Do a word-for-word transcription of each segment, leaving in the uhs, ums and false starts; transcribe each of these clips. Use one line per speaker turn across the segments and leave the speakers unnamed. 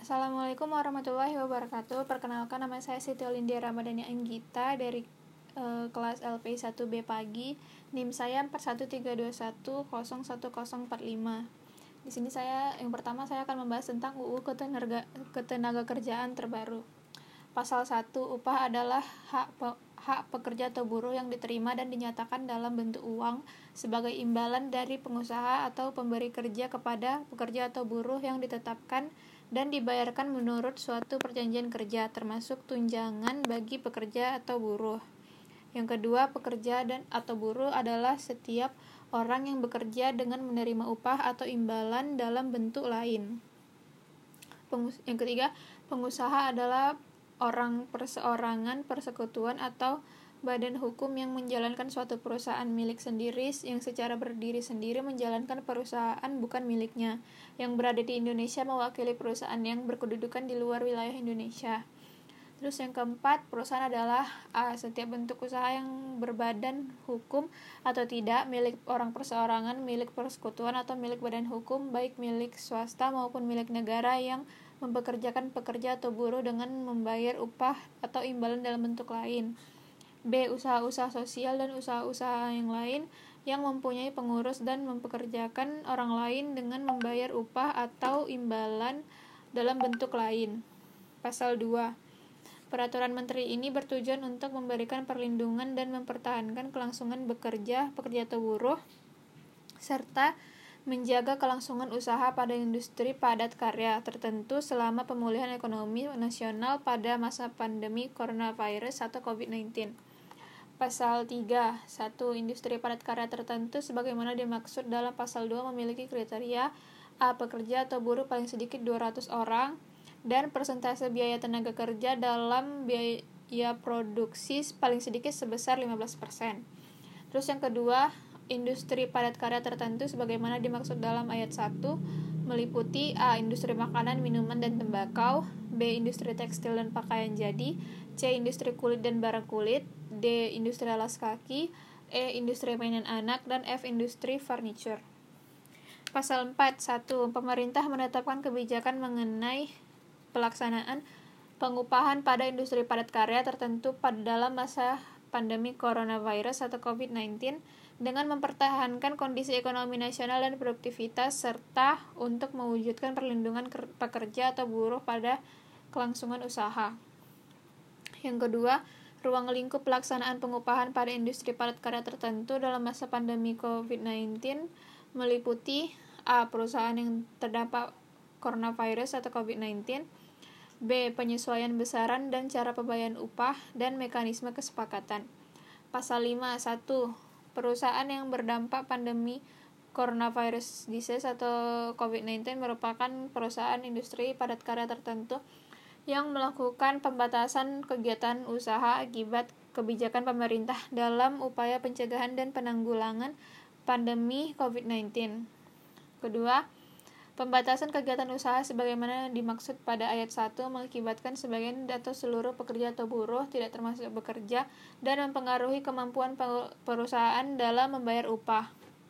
Assalamualaikum warahmatullahi wabarakatuh. Perkenalkan, nama saya Siti Olindia Ramadhani Anggita dari e, kelas L P satu B pagi. NIM saya empat satu tiga dua satu nol satu nol empat lima. Di sini saya yang pertama saya akan membahas tentang U U Ketenaga, Ketenagakerjaan terbaru. Pasal satu, upah adalah hak pe, hak pekerja atau buruh yang diterima dan dinyatakan dalam bentuk uang sebagai imbalan dari pengusaha atau pemberi kerja kepada pekerja atau buruh yang ditetapkan dan dibayarkan menurut suatu perjanjian kerja, termasuk tunjangan bagi pekerja atau buruh. Yang kedua, pekerja dan atau buruh adalah setiap orang yang bekerja dengan menerima upah atau imbalan dalam bentuk lain. Pengus- yang ketiga, pengusaha adalah orang perseorangan, persekutuan, atau badan hukum yang menjalankan suatu perusahaan milik sendiri yang secara berdiri sendiri menjalankan perusahaan bukan miliknya, yang berada di Indonesia mewakili perusahaan yang berkedudukan di luar wilayah Indonesia. Terus yang keempat, perusahaan adalah A. Setiap bentuk usaha yang berbadan hukum atau tidak, milik orang perseorangan, milik persekutuan, atau milik badan hukum, baik milik swasta maupun milik negara yang mempekerjakan pekerja atau buruh dengan membayar upah atau imbalan dalam bentuk lain. B. Usaha-usaha sosial dan usaha-usaha yang lain yang mempunyai pengurus dan mempekerjakan orang lain dengan membayar upah atau imbalan dalam bentuk lain. Pasal dua. Peraturan Menteri ini bertujuan untuk memberikan perlindungan dan mempertahankan kelangsungan bekerja, pekerja atau buruh, serta menjaga kelangsungan usaha pada industri padat karya tertentu selama pemulihan ekonomi nasional pada masa pandemi coronavirus atau covid sembilan belas. Pasal tiga. satu. Industri padat karya tertentu sebagaimana dimaksud dalam pasal dua memiliki kriteria A. Pekerja atau buruh paling sedikit dua ratus orang dan persentase biaya tenaga kerja dalam biaya produksi paling sedikit sebesar lima belas persen. Terus yang kedua, industri padat karya tertentu sebagaimana dimaksud dalam ayat satu meliputi A. Industri makanan, minuman, dan tembakau, B. Industri tekstil dan pakaian jadi, C. Industri kulit dan barang kulit, D. Industri alas kaki, E. Industri mainan anak, dan F. Industri furniture. Pasal empat. satu. Pemerintah menetapkan kebijakan mengenai pelaksanaan pengupahan pada industri padat karya tertentu pada dalam masa pandemi coronavirus atau covid sembilan belas dengan mempertahankan kondisi ekonomi nasional dan produktivitas serta untuk mewujudkan perlindungan pekerja atau buruh pada kelangsungan usaha. Yang kedua, ruang lingkup pelaksanaan pengupahan pada industri padat karya tertentu dalam masa pandemi covid sembilan belas meliputi A. Perusahaan yang terdampak coronavirus atau covid sembilan belas, B. Penyesuaian besaran dan cara pembayaran upah dan mekanisme kesepakatan. Pasal lima. satu. Perusahaan yang berdampak pandemi coronavirus disease atau covid sembilan belas merupakan perusahaan industri padat karya tertentu yang melakukan pembatasan kegiatan usaha akibat kebijakan pemerintah dalam upaya pencegahan dan penanggulangan pandemi covid sembilan belas. Kedua, pembatasan kegiatan usaha sebagaimana dimaksud pada ayat satu mengakibatkan sebagian atau seluruh pekerja atau buruh tidak termasuk bekerja dan mempengaruhi kemampuan perusahaan dalam membayar upah.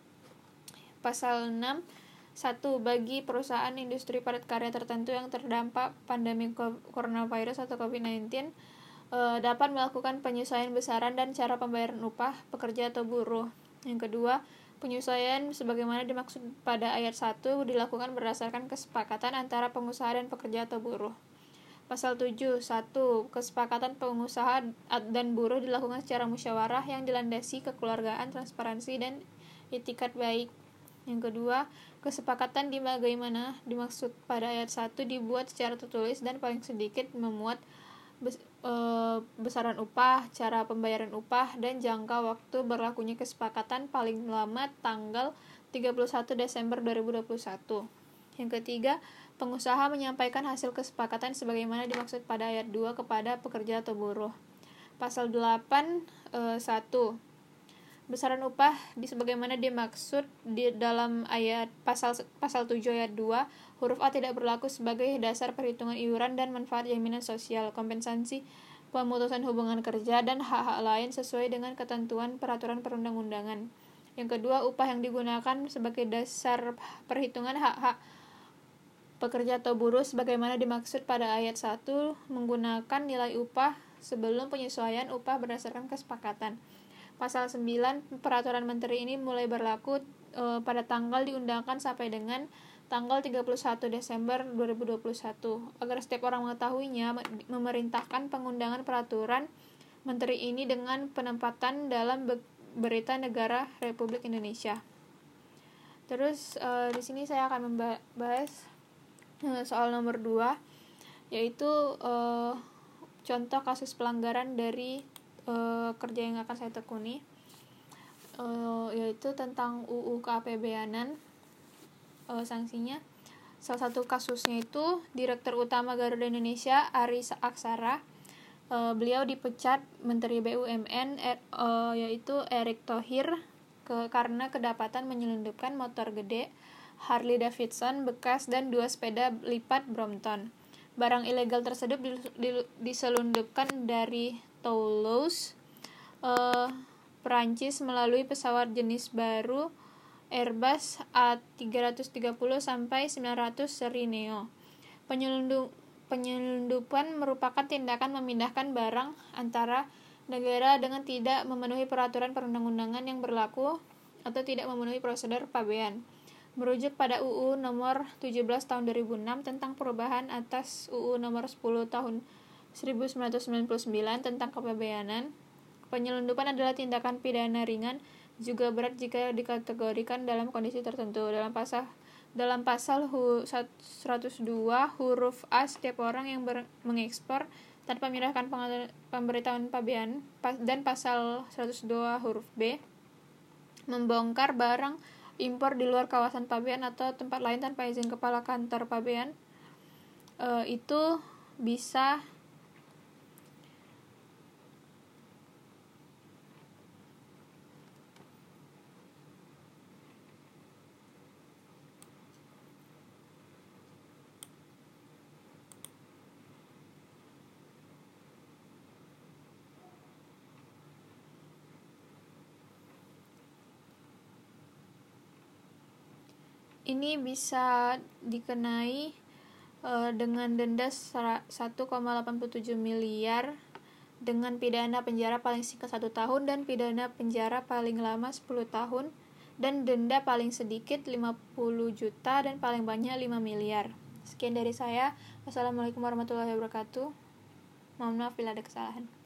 Pasal enam. satu. Bagi perusahaan industri padat karya tertentu yang terdampak pandemi coronavirus atau covid sembilan belas eh, dapat melakukan penyesuaian besaran dan cara pembayaran upah pekerja atau buruh. Yang kedua, penyesuaian sebagaimana dimaksud pada ayat satu dilakukan berdasarkan kesepakatan antara pengusaha dan pekerja atau buruh. Pasal tujuh. satu. Kesepakatan pengusaha dan buruh dilakukan secara musyawarah yang dilandasi kekeluargaan, transparansi, dan itikat baik. Yang kedua, kesepakatan di bagaimana dimaksud pada ayat satu dibuat secara tertulis dan paling sedikit memuat bes, e, besaran upah, cara pembayaran upah, dan jangka waktu berlakunya kesepakatan paling lama tanggal tiga puluh satu Desember dua ribu dua puluh satu. Yang ketiga, pengusaha menyampaikan hasil kesepakatan sebagaimana dimaksud pada ayat dua kepada pekerja atau buruh. Pasal delapan. satu. Besaran upah di sebagaimana dimaksud di dalam ayat pasal pasal tujuh ayat dua, huruf A tidak berlaku sebagai dasar perhitungan iuran dan manfaat jaminan sosial, kompensasi pemutusan hubungan kerja dan hak-hak lain sesuai dengan ketentuan peraturan perundang-undangan. Yang kedua, upah yang digunakan sebagai dasar perhitungan hak-hak pekerja atau buruh sebagaimana dimaksud pada ayat satu menggunakan nilai upah sebelum penyesuaian upah berdasarkan kesepakatan. Pasal sembilan peraturan menteri ini mulai berlaku e, pada tanggal diundangkan sampai dengan tanggal tiga puluh satu Desember dua ribu dua puluh satu. Agar setiap orang mengetahuinya, memerintahkan pengundangan peraturan menteri ini dengan penempatan dalam Berita Negara Republik Indonesia. Terus e, di sini saya akan membahas e, soal nomor dua, yaitu e, contoh kasus pelanggaran dari e, kerja yang akan saya tekuni, e, yaitu tentang U U Keapebeanan. E, sanksinya, salah satu kasusnya itu Direktur Utama Garuda Indonesia Arie Aksara. Uh, beliau dipecat Menteri B U M N er, uh, yaitu Erick Thohir ke, karena kedapatan menyelundupkan motor gede Harley Davidson bekas dan dua sepeda lipat Brompton. Barang ilegal tersebut di, di, diselundupkan dari Toulouse, uh, Perancis melalui pesawat jenis baru Airbus A tiga tiga nol sampai sembilan ratus seri Neo. Penyelundup Penyelundupan merupakan tindakan memindahkan barang antara negara dengan tidak memenuhi peraturan perundang-undangan yang berlaku atau tidak memenuhi prosedur pabean. Merujuk pada U U nomor tujuh belas tahun dua ribu enam tentang perubahan atas U U nomor sepuluh tahun seribu sembilan ratus sembilan puluh sembilan tentang kepabeanan, penyelundupan adalah tindakan pidana ringan juga berat jika dikategorikan dalam kondisi tertentu. Dalam pasal Dalam pasal seratus dua huruf A, setiap orang yang ber- mengekspor tanpa menyerahkan pemberitahuan pabean, dan pasal seratus dua huruf B, membongkar barang impor di luar kawasan pabean atau tempat lain tanpa izin kepala kantor pabean, e, itu bisa ini bisa dikenai e, dengan denda satu koma delapan tujuh miliar dengan pidana penjara paling singkat satu tahun dan pidana penjara paling lama sepuluh tahun dan denda paling sedikit lima puluh juta dan paling banyak lima miliar. Sekian dari saya. Wassalamualaikum warahmatullahi wabarakatuh. Mohon maaf bila ada kesalahan.